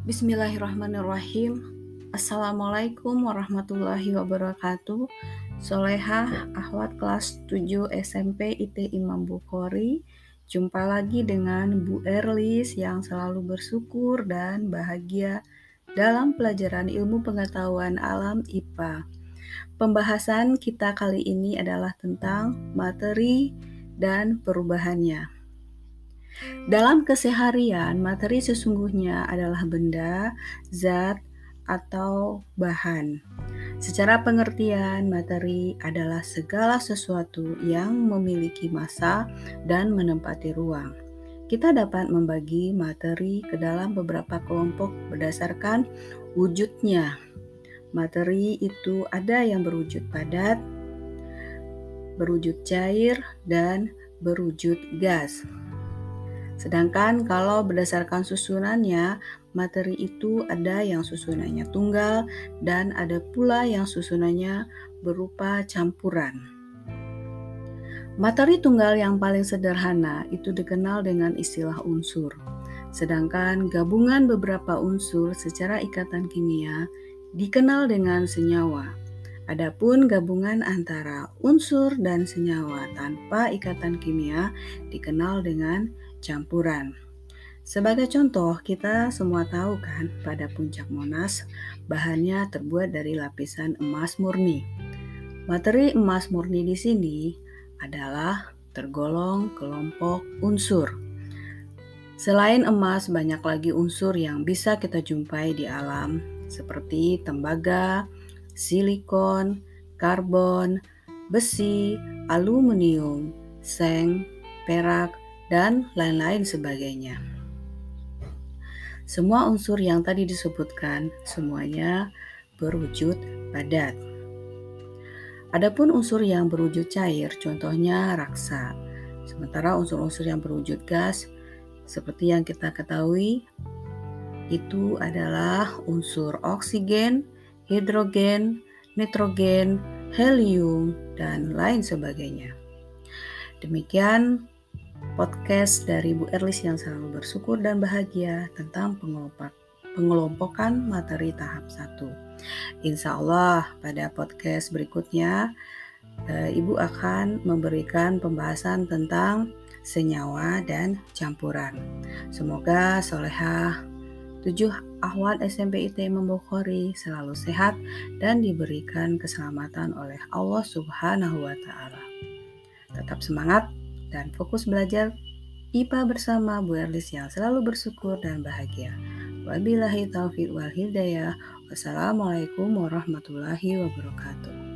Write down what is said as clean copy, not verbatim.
Bismillahirrahmanirrahim. Assalamualaikum warahmatullahi wabarakatuh. Solehah, akhwat kelas 7 SMP IT Imam Bukhari. Jumpa lagi dengan Bu Erlis yang selalu bersyukur dan bahagia dalam pelajaran ilmu pengetahuan alam IPA. Pembahasan kita kali ini adalah tentang materi dan perubahannya. Dalam keseharian, materi sesungguhnya adalah benda, zat, atau bahan. Secara pengertian, materi adalah segala sesuatu yang memiliki massa dan menempati ruang. Kita dapat membagi materi ke dalam beberapa kelompok berdasarkan wujudnya. Materi itu ada yang berwujud padat, berwujud cair, dan berwujud gas. Sedangkan kalau berdasarkan susunannya, materi itu ada yang susunannya tunggal dan ada pula yang susunannya berupa campuran. Materi tunggal yang paling sederhana itu dikenal dengan istilah unsur. Sedangkan gabungan beberapa unsur secara ikatan kimia dikenal dengan senyawa. Adapun gabungan antara unsur dan senyawa tanpa ikatan kimia dikenal dengan campuran. Sebagai contoh, kita semua tahu kan pada puncak Monas bahannya terbuat dari lapisan emas murni. Materi emas murni di sini adalah tergolong kelompok unsur. Selain emas, banyak lagi unsur yang bisa kita jumpai di alam seperti tembaga, silikon, karbon, besi, aluminium, seng, perak, dan lain-lain sebagainya. Semua unsur yang tadi disebutkan semuanya berwujud padat. Adapun unsur yang berwujud cair, contohnya raksa. Sementara unsur-unsur yang berwujud gas, seperti yang kita ketahui, itu adalah unsur oksigen, hidrogen, nitrogen, helium, dan lain sebagainya. Demikian podcast dari Bu Erlis yang selalu bersyukur dan bahagia tentang pengelompokan materi tahap 1. Insya Allah pada podcast berikutnya Ibu akan memberikan pembahasan tentang senyawa dan campuran. Semoga solehah 7 akhwat SMP IT Imam Bukhari selalu sehat dan diberikan keselamatan oleh Allah Subhanahu wa Ta'ala. Tetap semangat dan fokus belajar IPA bersama Bu Erlis yang selalu bersyukur dan bahagia. Wabillahi taufiq wal hidayah. Wassalamualaikum warahmatullahi wabarakatuh.